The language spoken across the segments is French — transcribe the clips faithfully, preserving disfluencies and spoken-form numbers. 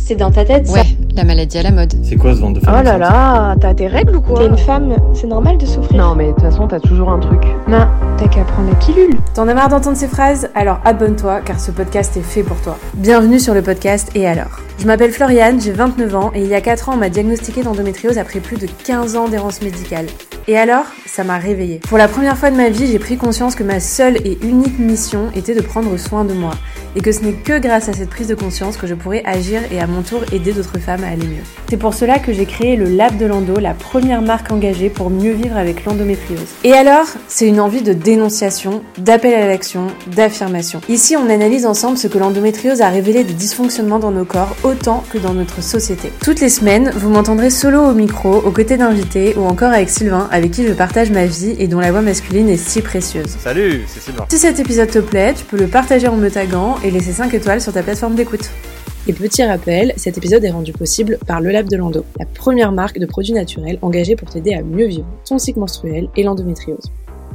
c'est dans ta tête, ça. Ouais, la maladie à la mode. C'est quoi ce ventre de femme Oh là là, t'as tes règles ou quoi? T'es une femme, c'est normal de souffrir. Non mais de toute façon t'as toujours un truc. Non, t'as qu'à prendre la pilule. T'en as marre d'entendre ces phrases? Alors abonne-toi car ce podcast est fait pour toi. Bienvenue sur le podcast Et alors? Je m'appelle Floriane, j'ai vingt-neuf ans et il y a quatre ans on m'a diagnostiqué d'endométriose après plus de quinze ans d'errance médicale. Et alors, ça m'a réveillée. Pour la première fois de ma vie, j'ai pris conscience que ma seule et unique mission était de prendre soin de moi. Et que ce n'est que grâce à cette prise de conscience que je pourrais agir et à mon tour aider d'autres femmes à aller mieux. C'est pour cela que j'ai créé le Lab de l'Endo, la première marque engagée pour mieux vivre avec l'endométriose. Et alors, c'est une envie de dénonciation, d'appel à l'action, d'affirmation. Ici, on analyse ensemble ce que l'endométriose a révélé des dysfonctionnements dans nos corps, autant que dans notre société. Toutes les semaines, vous m'entendrez solo au micro, aux côtés d'invités, ou encore avec Sylvain, avec qui je partage ma vie et dont la voix masculine est si précieuse. Salut, c'est Sylvain. Si cet épisode te plaît, tu peux le partager en me taguant et laisser cinq étoiles sur ta plateforme d'écoute. Et petit rappel, cet épisode est rendu possible par le Lab de l'Endo, la première marque de produits naturels engagée pour t'aider à mieux vivre ton cycle menstruel et l'endométriose.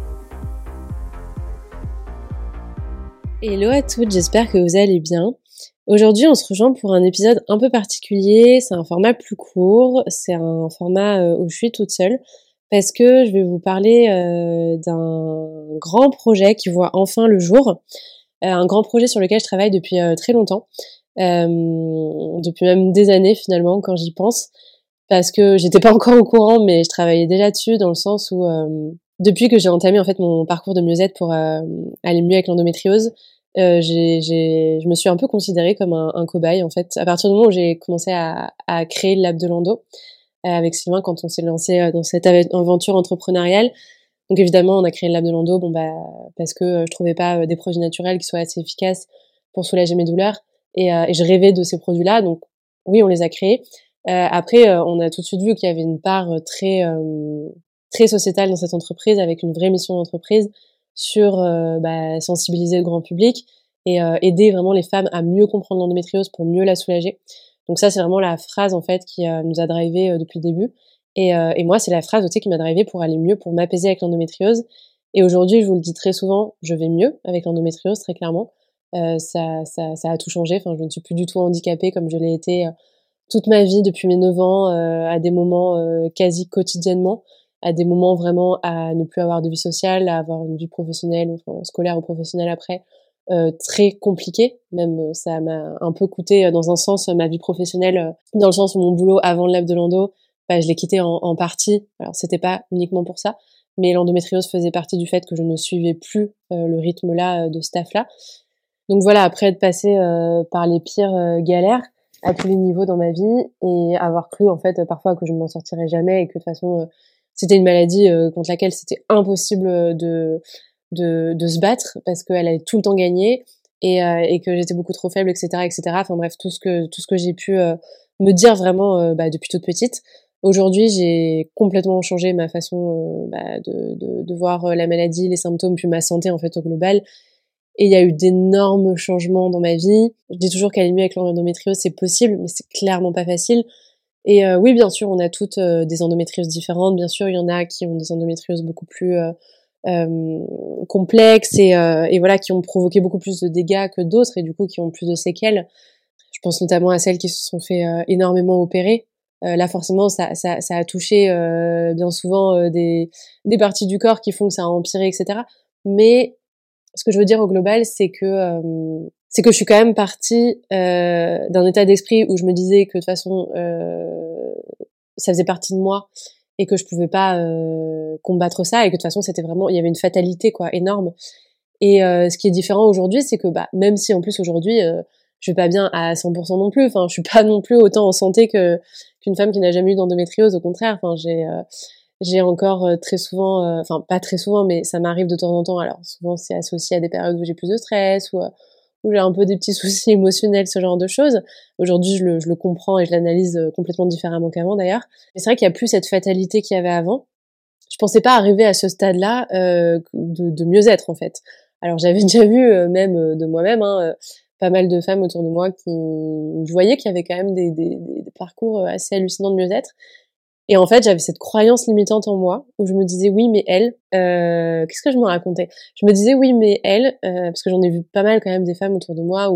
Hello à toutes, j'espère que vous allez bien. Aujourd'hui, on se rejoint pour un épisode un peu particulier, c'est un format plus court, c'est un format où je suis toute seule, parce que je vais vous parler euh, d'un grand projet qui voit enfin le jour, euh, un grand projet sur lequel je travaille depuis euh, très longtemps, euh, depuis même des années finalement quand j'y pense, parce que j'étais pas encore au courant, mais je travaillais déjà dessus dans le sens où euh, depuis que j'ai entamé en fait mon parcours de mieux-être pour euh, aller mieux avec l'endométriose, euh, j'ai, j'ai, je me suis un peu considérée comme un, un cobaye en fait. À partir du moment où j'ai commencé à, à créer le Lab de l'Endo euh, avec Sylvain, quand on s'est lancé euh, dans cette aventure entrepreneuriale. Donc évidemment, on a créé le Lab de l'Endo, bon bah parce que euh, je trouvais pas euh, des produits naturels qui soient assez efficaces pour soulager mes douleurs et, euh, et je rêvais de ces produits-là. Donc oui, on les a créés. Euh, après, euh, on a tout de suite vu qu'il y avait une part très euh, très sociétale dans cette entreprise, avec une vraie mission d'entreprise sur euh, bah, sensibiliser le grand public et euh, aider vraiment les femmes à mieux comprendre l'endométriose pour mieux la soulager. Donc ça, c'est vraiment la phrase en fait qui euh, nous a drivé euh, depuis le début. Et, euh, et moi, c'est la phrase aussi qui m'a drivé pour aller mieux, pour m'apaiser avec l'endométriose. Et aujourd'hui, je vous le dis très souvent, je vais mieux avec l'endométriose, très clairement. Euh, ça, ça, ça a tout changé. Enfin, je ne suis plus du tout handicapée comme je l'ai été euh, toute ma vie depuis mes neuf ans, euh, à des moments euh, quasi quotidiennement, à des moments vraiment à ne plus avoir de vie sociale, à avoir une vie professionnelle, enfin, scolaire ou professionnelle après, euh, très compliqué. Même ça m'a un peu coûté dans un sens ma vie professionnelle, dans le sens où mon boulot avant le Lab de l'Endo, bah, je l'ai quitté en, en partie. Alors c'était pas uniquement pour ça, mais l'endométriose faisait partie du fait que je ne suivais plus euh, le rythme là de staff là. Donc voilà, après être passée euh, par les pires euh, galères à tous les niveaux dans ma vie et avoir cru en fait parfois que je ne m'en sortirais jamais et que de toute façon euh, c'était une maladie euh, contre laquelle c'était impossible de, de, de se battre parce qu'elle allait tout le temps gagner et, euh, et que j'étais beaucoup trop faible, et cetera, et cetera. Enfin bref, tout ce que, tout ce que j'ai pu euh, me dire vraiment euh, bah, depuis toute petite. Aujourd'hui, j'ai complètement changé ma façon euh, bah, de, de, de voir la maladie, les symptômes, puis ma santé en fait au global. Et il y a eu d'énormes changements dans ma vie. Je dis toujours qu'aller mieux avec l'endométriose, c'est possible, mais c'est clairement pas facile. Et euh, oui, bien sûr, on a toutes euh, des endométrioses différentes. Bien sûr, il y en a qui ont des endométrioses beaucoup plus euh, euh, complexes et, euh, et voilà, qui ont provoqué beaucoup plus de dégâts que d'autres et du coup qui ont plus de séquelles. Je pense notamment à celles qui se sont fait euh, énormément opérer. Euh, là, forcément, ça, ça, ça a touché euh, bien souvent euh, des, des parties du corps qui font que ça a empiré, et cetera. Mais ce que je veux dire au global, c'est que euh, c'est que je suis quand même partie euh, d'un état d'esprit où je me disais que de toute façon euh, ça faisait partie de moi et que je pouvais pas euh, combattre ça et que de toute façon c'était vraiment, il y avait une fatalité quoi énorme. Et euh, ce qui est différent aujourd'hui, c'est que bah même si en plus aujourd'hui euh, je vais pas bien à cent pour cent non plus, enfin je suis pas non plus autant en santé que qu'une femme qui n'a jamais eu d'endométriose, au contraire, enfin j'ai euh, j'ai encore euh, très souvent, euh, enfin pas très souvent, mais ça m'arrive de temps en temps. Alors souvent c'est associé à des périodes où j'ai plus de stress ou euh, où j'ai un peu des petits soucis émotionnels, ce genre de choses. Aujourd'hui, je le, je le comprends et je l'analyse complètement différemment qu'avant d'ailleurs. Mais c'est vrai qu'il y a plus cette fatalité qu'il y avait avant. Je pensais pas arriver à ce stade-là euh, de, de mieux-être en fait. Alors j'avais déjà vu euh, même euh, de moi-même hein, euh, pas mal de femmes autour de moi qui, où je voyais qu'il y avait quand même des, des, des parcours assez hallucinants de mieux-être. Et en fait, j'avais cette croyance limitante en moi où je me disais oui, mais elle, euh, qu'est-ce que je me racontais ? Je me disais oui, mais elle, euh, parce que j'en ai vu pas mal quand même des femmes autour de moi où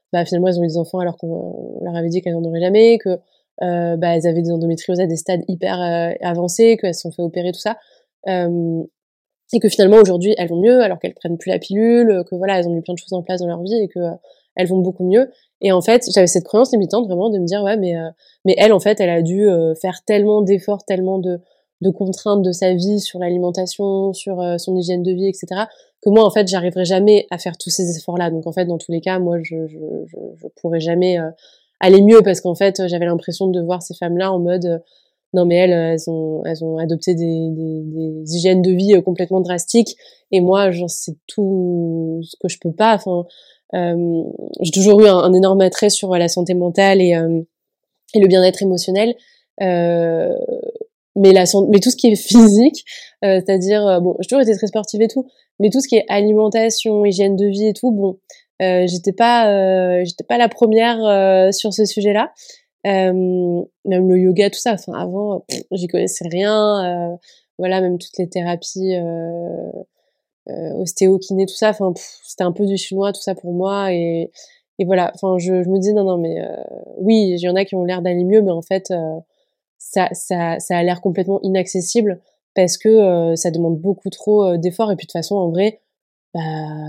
bah finalement elles ont eu des enfants alors qu'on leur avait dit qu'elles n'en auraient jamais, que euh, bah elles avaient des endométrioses à des stades hyper euh, avancés, qu'elles se sont fait opérer, tout ça. Euh, et que finalement aujourd'hui elles vont mieux alors qu'elles prennent plus la pilule, que voilà elles ont mis plein de choses en place dans leur vie et que euh, elles vont beaucoup mieux. Et en fait j'avais cette croyance limitante vraiment de me dire ouais mais euh, mais elle en fait elle a dû euh, faire tellement d'efforts, tellement de de contraintes de sa vie sur l'alimentation, sur euh, son hygiène de vie, etc., que moi en fait j'arriverai jamais à faire tous ces efforts là. Donc en fait dans tous les cas moi je je je, je pourrais jamais euh, aller mieux parce qu'en fait j'avais l'impression de voir ces femmes là en mode euh, non mais elles, elles ont, elles ont adopté des, des, des hygiènes de vie complètement drastiques et moi, genre c'est tout ce que je peux pas. Enfin, euh, j'ai toujours eu un, un énorme attrait sur la santé mentale et, euh, et le bien-être émotionnel. Euh, mais la mais tout ce qui est physique, euh, c'est-à-dire euh, bon, j'ai toujours été très sportive et tout, mais tout ce qui est alimentation, hygiène de vie et tout, bon, euh, j'étais pas, euh, j'étais pas la première euh, sur ce sujet-là. Euh, même le yoga, tout ça. Enfin, avant, pff, j'y connaissais rien. Euh, voilà, même toutes les thérapies, euh, euh, ostéo, kiné, tout ça. Enfin, pff, c'était un peu du chinois, tout ça pour moi. Et, et voilà. Enfin, je, je me dis non, non, mais euh, oui, il y en a qui ont l'air d'aller mieux, mais en fait, euh, ça, ça, ça a l'air complètement inaccessible parce que euh, ça demande beaucoup trop euh, d'efforts. Et puis de toute façon, en vrai, bah,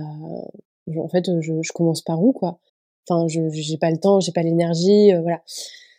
en fait, je, je commence par où, quoi. Enfin, je, j'ai pas le temps, j'ai pas l'énergie, euh, voilà.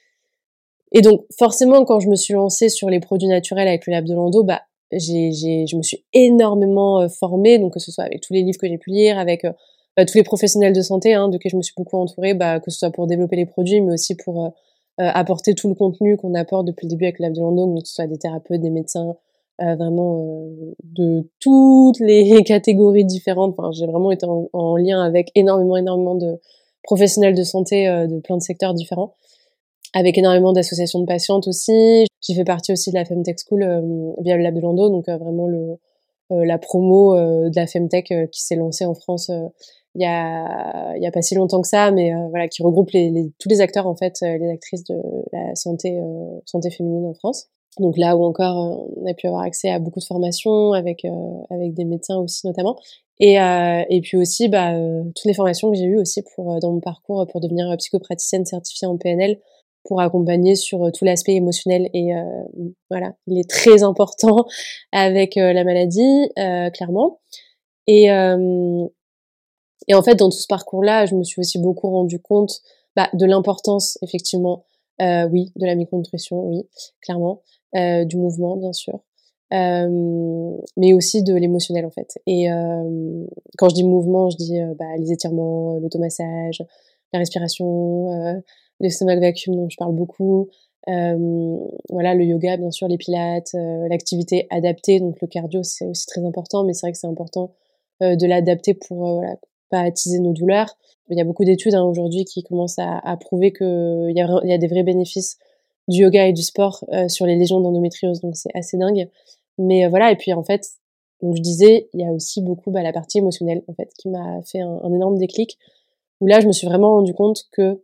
Et donc, forcément, quand je me suis lancée sur les produits naturels avec le Lab de Lando, bah, j'ai, j'ai, je me suis énormément euh, formée, donc que ce soit avec tous les livres que j'ai pu lire, avec euh, bah, tous les professionnels de santé, hein, de qui je me suis beaucoup entourée, bah, que ce soit pour développer les produits, mais aussi pour euh, euh, apporter tout le contenu qu'on apporte depuis le début avec le Lab de Lando, donc que ce soit des thérapeutes, des médecins, euh, vraiment euh, de toutes les catégories différentes. Enfin, j'ai vraiment été en, en lien avec énormément, énormément de professionnels de santé euh, de plein de secteurs différents, avec énormément d'associations de patientes aussi. J'ai fait partie aussi de la Femtech School euh, via le Lab de Lando, donc euh, vraiment le, euh, la promo euh, de la Femtech euh, qui s'est lancée en France euh, il y a il y a pas si longtemps que ça, mais euh, voilà, qui regroupe les, les, tous les acteurs en fait, euh, les actrices de la santé euh, santé féminine en France. Donc là où encore euh, on a pu avoir accès à beaucoup de formations avec euh, avec des médecins aussi notamment. Et, euh, et puis aussi bah, euh, toutes les formations que j'ai eues aussi pour euh, dans mon parcours pour devenir psychopraticienne certifiée en P N L, pour accompagner sur euh, tout l'aspect émotionnel. Et euh, voilà, il est très important avec euh, la maladie, euh, clairement. Et, euh, et en fait, dans tout ce parcours-là, je me suis aussi beaucoup rendu compte bah, de l'importance, effectivement, euh, oui, de la micronutrition, oui, clairement, euh, du mouvement, bien sûr, euh, mais aussi de l'émotionnel, en fait. Et euh, quand je dis mouvement, je dis euh, bah, les étirements, l'automassage, la respiration, euh, les stomach vacuum dont je parle beaucoup, euh, voilà, le yoga, bien sûr, les pilates, euh, l'activité adaptée, donc le cardio, c'est aussi très important, mais c'est vrai que c'est important euh, de l'adapter pour euh, voilà, pas attiser nos douleurs. Il y a beaucoup d'études hein, aujourd'hui qui commencent à, à prouver qu'il y a, il y a des vrais bénéfices du yoga et du sport euh, sur les lésions d'endométriose, donc c'est assez dingue. Mais euh, voilà, et puis en fait, donc je disais, il y a aussi beaucoup bah, la partie émotionnelle, en fait, qui m'a fait un, un énorme déclic, où là, je me suis vraiment rendu compte que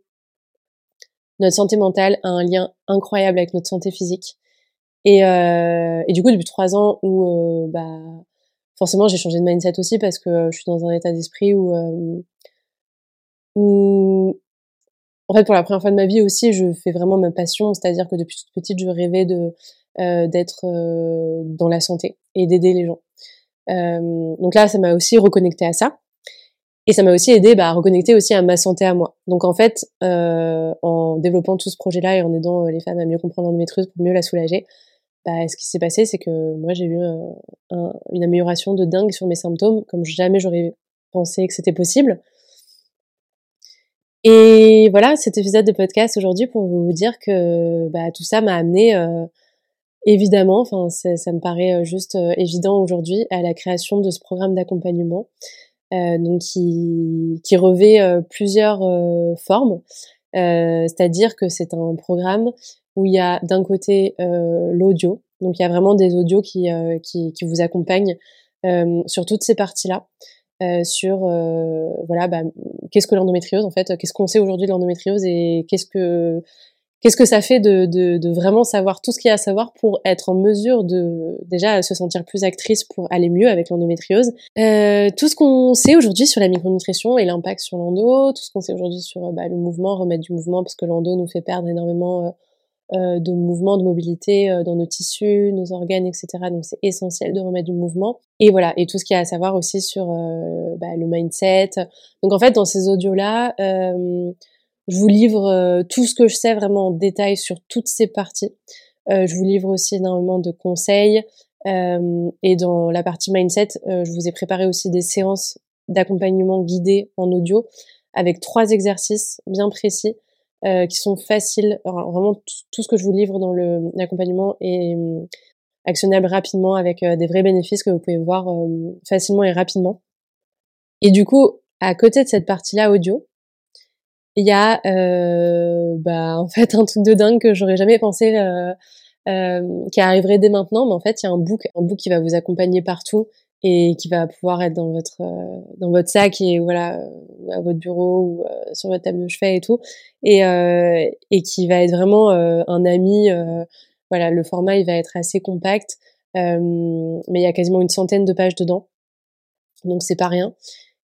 notre santé mentale a un lien incroyable avec notre santé physique. Et, euh, et du coup, depuis trois ans où, euh, bah, forcément, j'ai changé de mindset aussi parce que je suis dans un état d'esprit où, euh, où, en fait, pour la première fois de ma vie aussi, je fais vraiment ma passion. C'est-à-dire que depuis toute petite, je rêvais de euh, d'être euh, dans la santé et d'aider les gens. Euh, donc là, ça m'a aussi reconnecté à ça. Et ça m'a aussi aidé bah, à reconnecter aussi à ma santé à moi. Donc en fait, euh, en développant tout ce projet-là et en aidant les femmes à mieux comprendre l'endométriose pour mieux la soulager, bah, ce qui s'est passé, c'est que moi j'ai eu un, un, une amélioration de dingue sur mes symptômes, comme jamais j'aurais pensé que c'était possible. Et voilà, cet épisode de podcast aujourd'hui pour vous dire que bah, tout ça m'a amené euh, évidemment, enfin ça me paraît juste euh, évident aujourd'hui, à la création de ce programme d'accompagnement. Euh, donc qui, qui revêt euh, plusieurs euh, formes, euh, c'est-à-dire que c'est un programme où il y a d'un côté euh, l'audio, donc il y a vraiment des audios qui, euh, qui, qui vous accompagnent euh, sur toutes ces parties-là, euh, sur euh, voilà bah, qu'est-ce que l'endométriose en fait, qu'est-ce qu'on sait aujourd'hui de l'endométriose et qu'est-ce que qu'est-ce que ça fait de, de, de vraiment savoir tout ce qu'il y a à savoir pour être en mesure de déjà se sentir plus actrice pour aller mieux avec l'endométriose. Euh, tout ce qu'on sait aujourd'hui sur la micronutrition et l'impact sur l'endo, tout ce qu'on sait aujourd'hui sur bah, le mouvement, remettre du mouvement parce que l'endo nous fait perdre énormément euh, euh, de mouvement, de mobilité euh, dans nos tissus, nos organes, et cetera. Donc c'est essentiel de remettre du mouvement. Et voilà, et tout ce qu'il y a à savoir aussi sur euh, bah, le mindset. Donc en fait, dans ces audios-là, euh, je vous livre euh, tout ce que je sais vraiment en détail sur toutes ces parties. Euh, je vous livre aussi énormément de conseils. Euh, et dans la partie mindset, euh, je vous ai préparé aussi des séances d'accompagnement guidé en audio avec trois exercices bien précis euh, qui sont faciles. Alors, vraiment, t- tout ce que je vous livre dans le, l'accompagnement est euh, actionnable rapidement avec euh, des vrais bénéfices que vous pouvez voir euh, facilement et rapidement. Et du coup, à côté de cette partie-là audio, il y a euh, bah en fait un truc de dingue que j'aurais jamais pensé euh, euh, qui arriverait dès maintenant, mais en fait il y a un book un book qui va vous accompagner partout et qui va pouvoir être dans votre euh, dans votre sac et voilà euh, à votre bureau ou euh, sur votre table de chevet et tout et euh, et qui va être vraiment euh, un ami euh, voilà, le format il va être assez compact euh, mais il y a quasiment une centaine de pages dedans, donc c'est pas rien.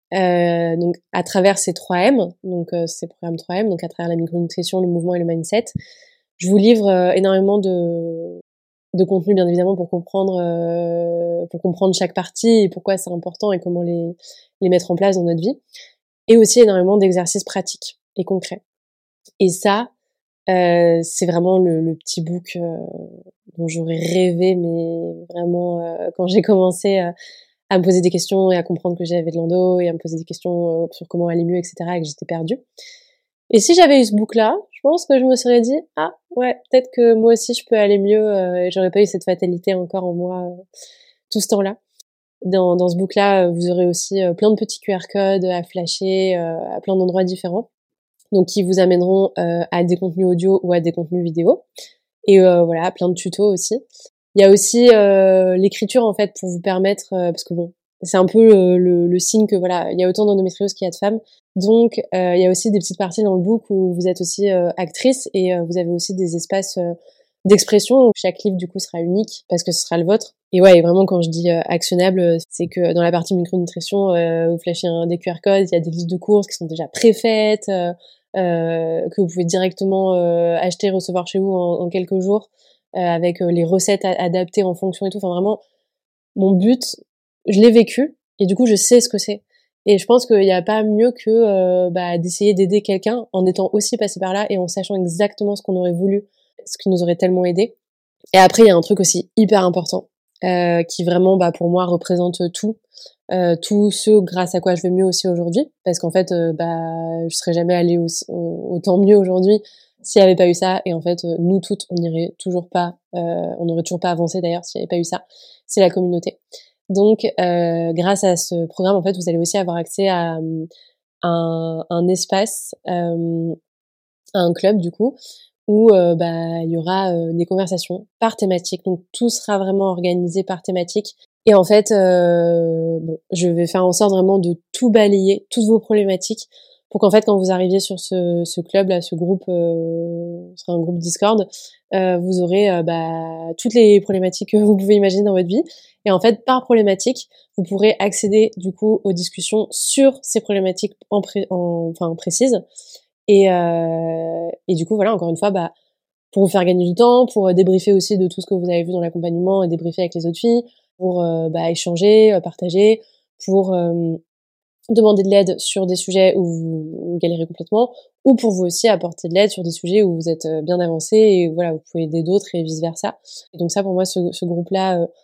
Euh, donc à travers ces trois M, donc euh, ces programmes trois M, donc à travers la micronutrition, le mouvement et le mindset, je vous livre euh, énormément de de contenu bien évidemment pour comprendre euh, pour comprendre chaque partie et pourquoi c'est important et comment les les mettre en place dans notre vie, et aussi énormément d'exercices pratiques et concrets. Et ça, euh, c'est vraiment le, le petit book euh, dont j'aurais rêvé, mais vraiment euh, quand j'ai commencé euh, à me poser des questions et à comprendre que j'avais de l'endo et à me poser des questions sur comment aller mieux, et cetera, et que j'étais perdue. Et si j'avais eu ce book-là, je pense que je me serais dit, ah ouais, peut-être que moi aussi je peux aller mieux euh, et j'aurais pas eu cette fatalité encore en moi euh, tout ce temps-là. Dans, dans ce book-là, vous aurez aussi euh, plein de petits Q R codes à flasher euh, à plein d'endroits différents, donc qui vous amèneront euh, à des contenus audio ou à des contenus vidéo. Et euh, voilà, plein de tutos aussi. Il y a aussi euh, l'écriture en fait pour vous permettre, euh, parce que bon, c'est un peu le, le, le signe que voilà, il y a autant d'endométriose qu'il y a de femmes. Donc euh, il y a aussi des petites parties dans le book où vous êtes aussi euh, actrice et euh, vous avez aussi des espaces euh, d'expression où chaque livre du coup sera unique parce que ce sera le vôtre. Et ouais, et vraiment quand je dis euh, actionnable, c'est que dans la partie micronutrition, euh, vous flashez un, des Q R codes, il y a des listes de courses qui sont déjà préfaites, euh, euh, que vous pouvez directement euh, acheter et recevoir chez vous en, en quelques jours. Euh, avec euh, les recettes a- adaptées en fonction et tout. Enfin vraiment, mon but, je l'ai vécu et du coup je sais ce que c'est. Et je pense qu'il n'y a pas mieux que euh, bah, d'essayer d'aider quelqu'un en étant aussi passé par là et en sachant exactement ce qu'on aurait voulu, ce qui nous aurait tellement aidé. Et après il y a un truc aussi hyper important euh, qui vraiment bah, pour moi représente tout. Euh, tout ce grâce à quoi je vais mieux aussi aujourd'hui, parce qu'en fait euh, bah je serais jamais allée aussi, autant mieux aujourd'hui s'il n'y avait pas eu ça. Et en fait euh, nous toutes on n'irait toujours pas euh, on n'aurait toujours pas avancé d'ailleurs s'il n'y avait pas eu ça. C'est la communauté. Donc euh, grâce à ce programme en fait vous allez aussi avoir accès à, à un, un espace euh, à un club du coup où euh, bah il y aura euh, des conversations par thématique, donc tout sera vraiment organisé par thématique. Et en fait, euh, bon, je vais faire en sorte vraiment de tout balayer, toutes vos problématiques, pour qu'en fait, quand vous arriviez sur ce, ce club, là, ce groupe, euh, ce sera un groupe Discord, euh, vous aurez euh, bah, toutes les problématiques que vous pouvez imaginer dans votre vie. Et en fait, par problématique, vous pourrez accéder du coup aux discussions sur ces problématiques en, pré en enfin précises. Et, euh, et du coup, voilà, encore une fois, bah, pour vous faire gagner du temps, pour débriefer aussi de tout ce que vous avez vu dans l'accompagnement et débriefer avec les autres filles, pour euh, bah, échanger, euh, partager, pour euh, demander de l'aide sur des sujets où vous, vous galérez complètement, ou pour vous aussi apporter de l'aide sur des sujets où vous êtes bien avancé et voilà, vous pouvez aider d'autres et vice versa. Et donc ça, pour moi, ce, ce groupe-là, euh,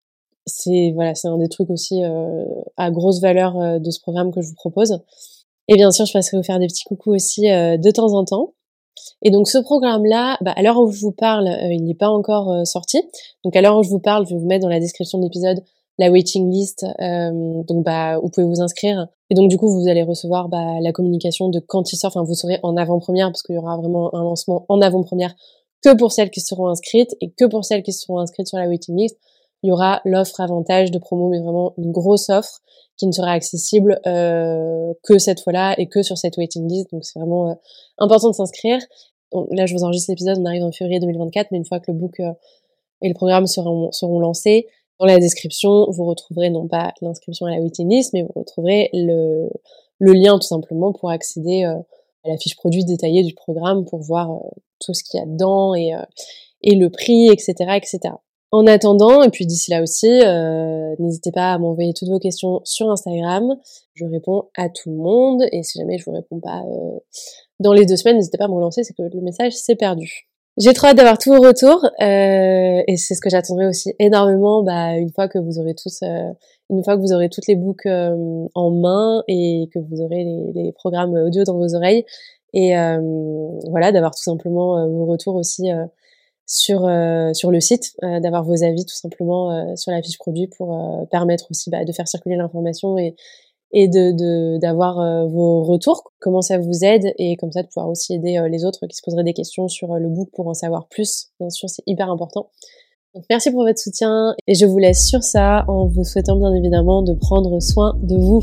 c'est voilà, c'est un des trucs aussi euh, à grosse valeur euh, de ce programme que je vous propose. Et bien sûr, je passerai vous faire des petits coucous aussi euh, de temps en temps. Et donc ce programme-là, bah, à l'heure où je vous parle, euh, il n'est pas encore euh, sorti. Donc à l'heure où je vous parle, je vais vous mettre dans la description de l'épisode la waiting list. Euh, donc bah vous pouvez vous inscrire. Et donc du coup vous allez recevoir bah, la communication de quand il sort. Enfin vous serez en avant-première parce qu'il y aura vraiment un lancement en avant-première que pour celles qui seront inscrites et que pour celles qui seront inscrites sur la waiting list. Il y aura l'offre avantage de promo, mais vraiment une grosse offre qui ne sera accessible euh, que cette fois-là et que sur cette waiting list. Donc c'est vraiment euh, important de s'inscrire. on, là je vous enregistre l'épisode, on arrive en février deux mille vingt-quatre, mais une fois que le book euh, et le programme seront, seront lancés, dans la description, vous retrouverez non pas l'inscription à la waiting list, mais vous retrouverez le, le lien tout simplement pour accéder euh, à la fiche produit détaillée du programme, pour voir euh, tout ce qu'il y a dedans et, euh, et le prix, et cetera, et cetera. En attendant, et puis d'ici là aussi, euh, n'hésitez pas à m'envoyer toutes vos questions sur Instagram. Je réponds à tout le monde, et si jamais je vous réponds pas euh, dans les deux semaines, n'hésitez pas à me relancer, c'est que le message s'est perdu. J'ai trop hâte d'avoir tous vos retours, euh, et c'est ce que j'attendrai aussi énormément, bah, une fois que vous aurez tous, euh, une fois que vous aurez toutes les books euh, en main et que vous aurez les, les programmes audio dans vos oreilles, et euh, voilà, d'avoir tout simplement euh, vos retours aussi. Euh, sur euh, sur le site, euh, d'avoir vos avis tout simplement euh, sur la fiche produit pour euh, permettre aussi bah, de faire circuler l'information et et de de d'avoir euh, vos retours, comment ça vous aide, et comme ça de pouvoir aussi aider euh, les autres qui se poseraient des questions sur euh, le book pour en savoir plus. Bien sûr, c'est hyper important. Donc merci pour votre soutien, et je vous laisse sur ça en vous souhaitant bien évidemment de prendre soin de vous.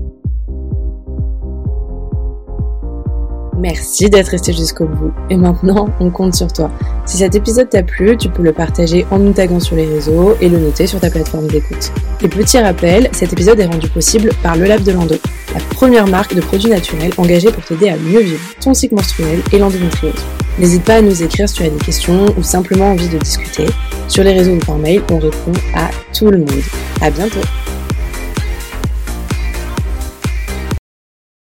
Merci d'être resté jusqu'au bout. Et maintenant, on compte sur toi. Si cet épisode t'a plu, tu peux le partager en nous taguant sur les réseaux et le noter sur ta plateforme d'écoute. Et petit rappel, cet épisode est rendu possible par Le Lab de Lando, la première marque de produits naturels engagée pour t'aider à mieux vivre ton cycle menstruel et l'endométriose. N'hésite pas à nous écrire si tu as des questions ou simplement envie de discuter. Sur les réseaux ou par mail, on répond à tout le monde. À bientôt!